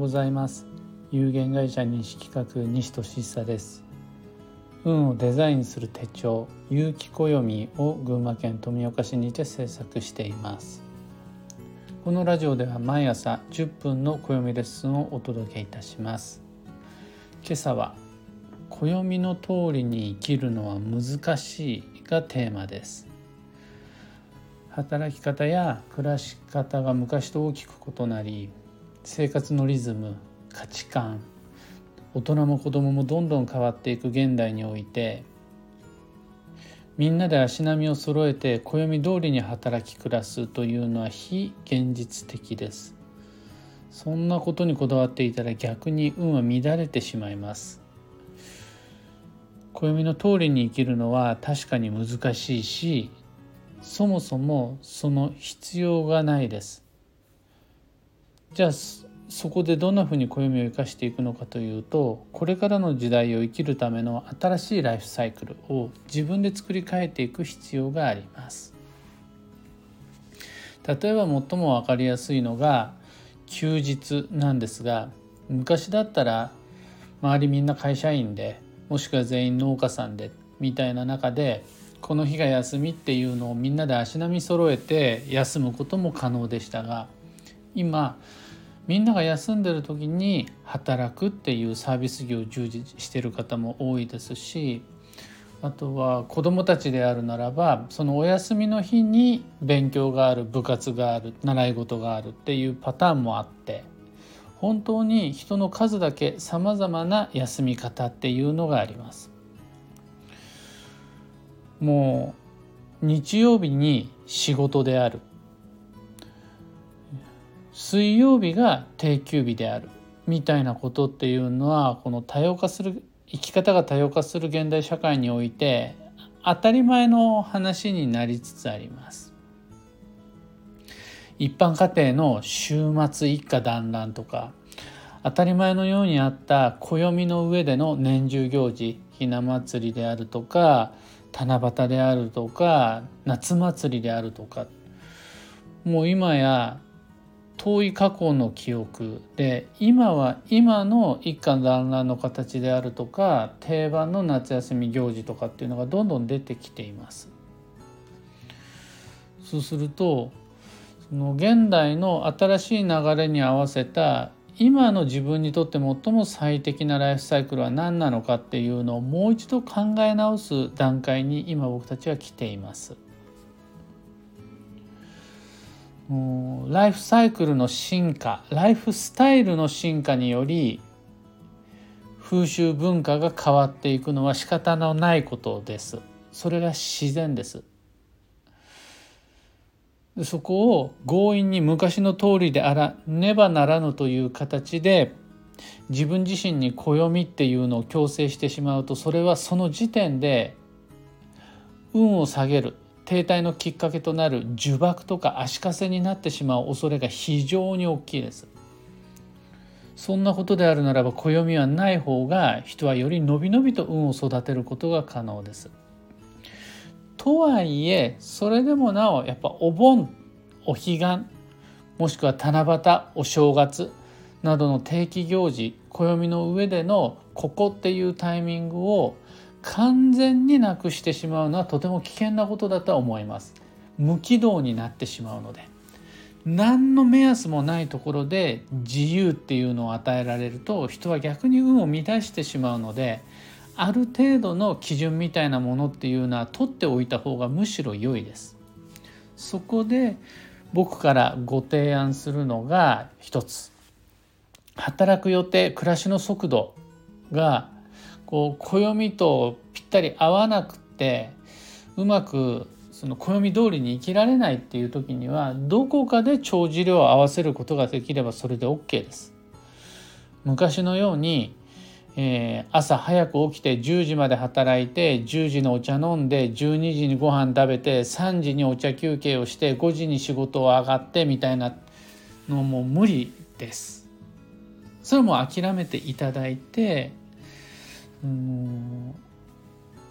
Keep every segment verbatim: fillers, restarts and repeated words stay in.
ございます。有限会社西企画西俊久です。運をデザインする手帳有機暦を群馬県富岡市にて制作しています。このラジオでは毎朝じゅっぷんの暦レッスンをお届けいたします。今朝は暦の通りに生きるのは難しいがテーマです。働き方や暮らし方が昔と大きく異なり、生活のリズム、価値観、大人も子供もどんどん変わっていく現代において、みんなで足並みを揃えて暦通りに働き暮らすというのは非現実的です。そんなことにこだわっていたら逆に運は乱れてしまいます。暦の通りに生きるのは確かに難しいし、そもそもその必要がないです。じゃあそこでどんなふうに暦を生かしていくのかというと、これからの時代を生きるための新しいライフサイクルを自分で作り変えていく必要があります。例えば最も分かりやすいのが休日なんですが、昔だったら周りみんな会社員で、もしくは全員農家さんでみたいな中で、この日が休みっていうのをみんなで足並み揃えて休むことも可能でしたが、今みんなが休んでる時に働くっていうサービス業を従事している方も多いですし、あとは子どもたちであるならば、そのお休みの日に勉強がある、部活がある、習い事があるっていうパターンもあって、本当に人の数だけさまざまな休み方っていうのがあります。もう日曜日に仕事である、水曜日が定休日であるみたいなことっていうのは、この多様化する生き方が多様化する現代社会において当たり前の話になりつつあります。一般家庭の週末一家団らんとか、当たり前のようにあった暦の上での年中行事、ひな祭りであるとか七夕であるとか夏祭りであるとか、もう今や遠い過去の記憶で、今は今の一家団らんの形であるとか定番の夏休み行事とかっていうのがどんどん出てきています。そうすると、その現代の新しい流れに合わせた今の自分にとって最も最適なライフサイクルは何なのかっていうのをもう一度考え直す段階に今僕たちは来ています。もうライフサイクルの進化、ライフスタイルの進化により風習文化が変わっていくのは仕方のないことです。それが自然です。そこを強引に昔の通りであらねばならぬという形で自分自身に暦っていうのを強制してしまうと、それはその時点で運を下げる、停滞のきっかけとなる呪縛とか足かせになってしまう恐れが非常に大きいです。そんなことであるならば、暦はない方が人はよりのびのびと運を育てることが可能です。とはいえ、それでもなおやっぱお盆、お彼岸、もしくは七夕、お正月などの定期行事、暦の上でのここっていうタイミングを完全になくしてしまうのはとても危険なことだとは思います。無軌道になってしまうので、何の目安もないところで自由っていうのを与えられると、人は逆に運を乱してしまうので、ある程度の基準みたいなものっていうのは取っておいた方がむしろ良いです。そこで僕からご提案するのが一つ、働く予定、暮らしの速度がこう暦とぴったり合わなくて、うまくその暦通りに生きられないっていう時には、どこかで帳尻を合わせることができればそれで OK です。昔のようにえー、朝早く起きてじゅうじまで働いて、じゅうじのお茶飲んでじゅうにじにご飯食べてさんじにお茶休憩をしてごじに仕事を上がってみたいなのも無理です。それも諦めていただいて、うーん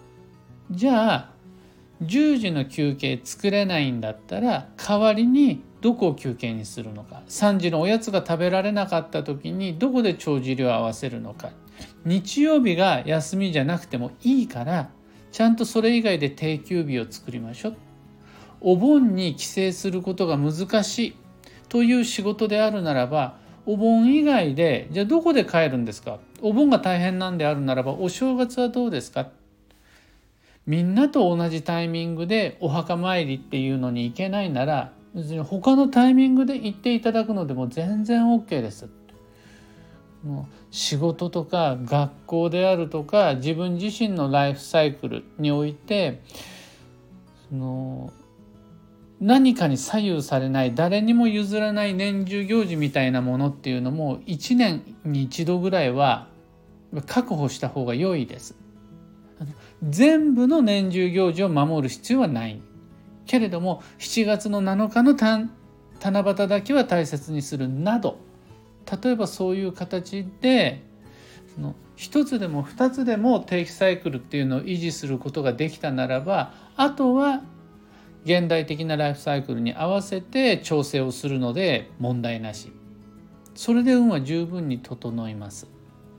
じゃあじゅうじの休憩作れないんだったら、代わりにどこを休憩にするのか、さんじのおやつが食べられなかった時にどこで帳尻を合わせるのか、日曜日が休みじゃなくてもいいからちゃんとそれ以外で定休日を作りましょう。お盆に帰省することが難しいという仕事であるならば、お盆以外でじゃあどこで帰るんですか。お盆が大変なんであるならばお正月はどうですか。みんなと同じタイミングでお墓参りっていうのに行けないなら、別に他のタイミングで行っていただくのでも全然 OK です。もう仕事とか学校であるとか自分自身のライフサイクルにおいて、その何かに左右されない、誰にも譲らない年中行事みたいなものっていうのもいちねんに一度ぐらいは確保した方が良いです。全部の年中行事を守る必要はないけれども、しちがつのなのかの七夕だけは大切にするなど、例えばそういう形でその一つでも二つでも定期サイクルっていうのを維持することができたならば、あとは現代的なライフサイクルに合わせて調整をするので問題なし。それで運は十分に整います。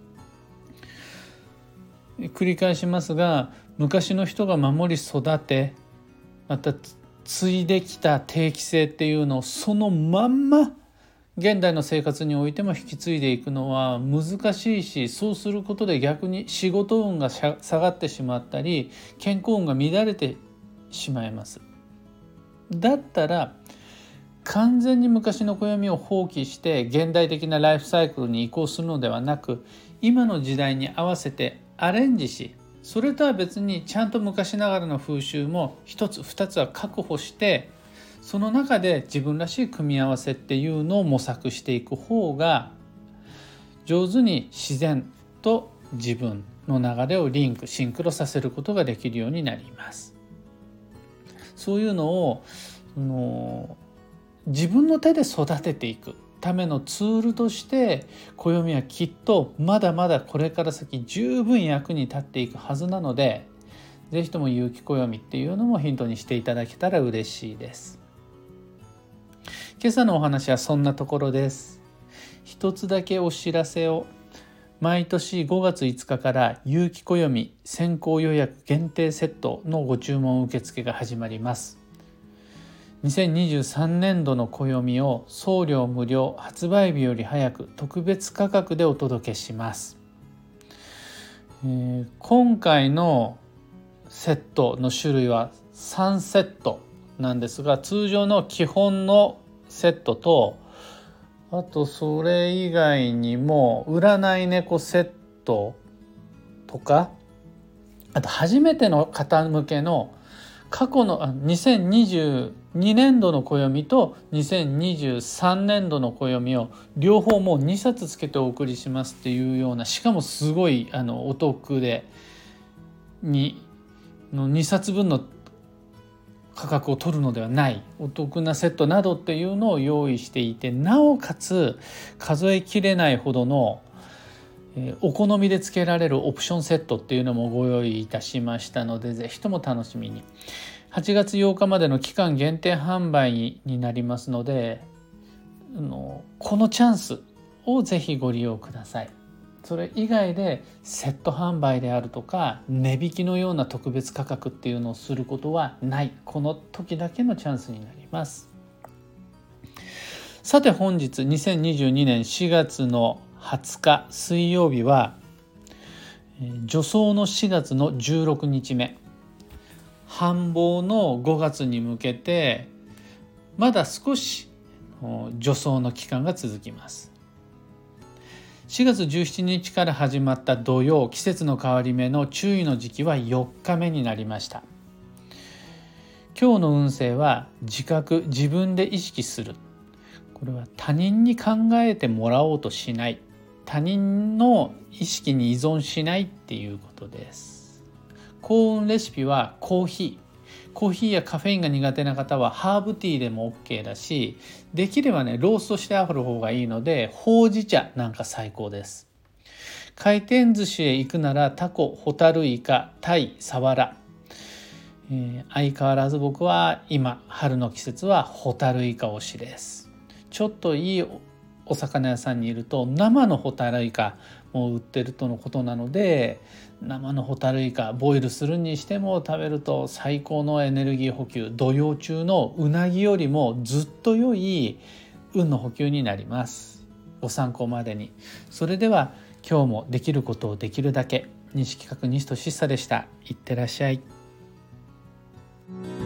繰り返しますが、昔の人が守り育て、また継いできた定期性っていうのをそのまんま現代の生活においても引き継いでいくのは難しいし、そうすることで逆に仕事運が下がってしまったり健康運が乱れてしまいます。だったら完全に昔の暦を放棄して現代的なライフサイクルに移行するのではなく、今の時代に合わせてアレンジし、それとは別にちゃんと昔ながらの風習も一つ二つは確保して、その中で自分らしい組み合わせっていうのを模索していく方が上手に自然と自分の流れをリンクシンクロさせることができるようになります。そういうのをその自分の手で育てていくためのツールとして暦はきっとまだまだこれから先十分役に立っていくはずなので、ぜひとも有機暦っていうのもヒントにしていただけたら嬉しいです。今朝のお話はそんなところです。一つだけお知らせを。毎年ごがついつかから有機暦先行予約限定セットのご注文受付が始まります。にせんにじゅうさんねんどの暦を送料無料、発売日より早く特別価格でお届けします。えー、今回のセットの種類はさんセットなんですが、通常の基本のセットと、あとそれ以外にも占い猫セットとか、あと初めての方向けの過去のにせんにじゅうにねんどの暦とにせんにじゅうさんねんどの暦を両方もうにさつつけてお送りしますっていうような、しかもすごいあのお得でにのにさつぶんの価格を取るのではないお得なセットなどっていうのを用意していて、なおかつ数えきれないほどのえー、お好みでつけられるオプションセットっていうのもご用意いたしましたので、ぜひとも楽しみに。はちがつようかまでの期間限定販売になりますので、あのこのチャンスをぜひご利用ください。それ以外でセット販売であるとか値引きのような特別価格っていうのをすることはない。この時だけのチャンスになります。さて本日にせんにじゅうにねんしがつのはつか水曜日は助走のしがつのじゅうろくにちめ、繁忙のごがつに向けてまだ少し助走の期間が続きます。しがつじゅうしちにちから始まった土曜、季節の変わり目の注意の時期はよっかめになりました。今日の運勢は自覚、自分で意識する。これは他人に考えてもらおうとしない、他人の意識に依存しないっていうことです。幸運レシピはコーヒー。コーヒーやカフェインが苦手な方はハーブティーでも OK だし、できればねローストしてある方がいいのでほうじ茶なんか最高です。回転寿司へ行くならタコ、ホタルイカ、タイ、サワラ、 えー、相変わらず僕は今春の季節はホタルイカ推しです。ちょっといいお魚屋さんにいると生のホタルイカも売ってるとのことなので、生のホタルイカボイルするにしても食べると最高のエネルギー補給、土曜中のうなぎよりもずっと良い運の補給になります。ご参考までに。それでは今日もできることをできるだけ。西企画西俊久でした。いってらっしゃい。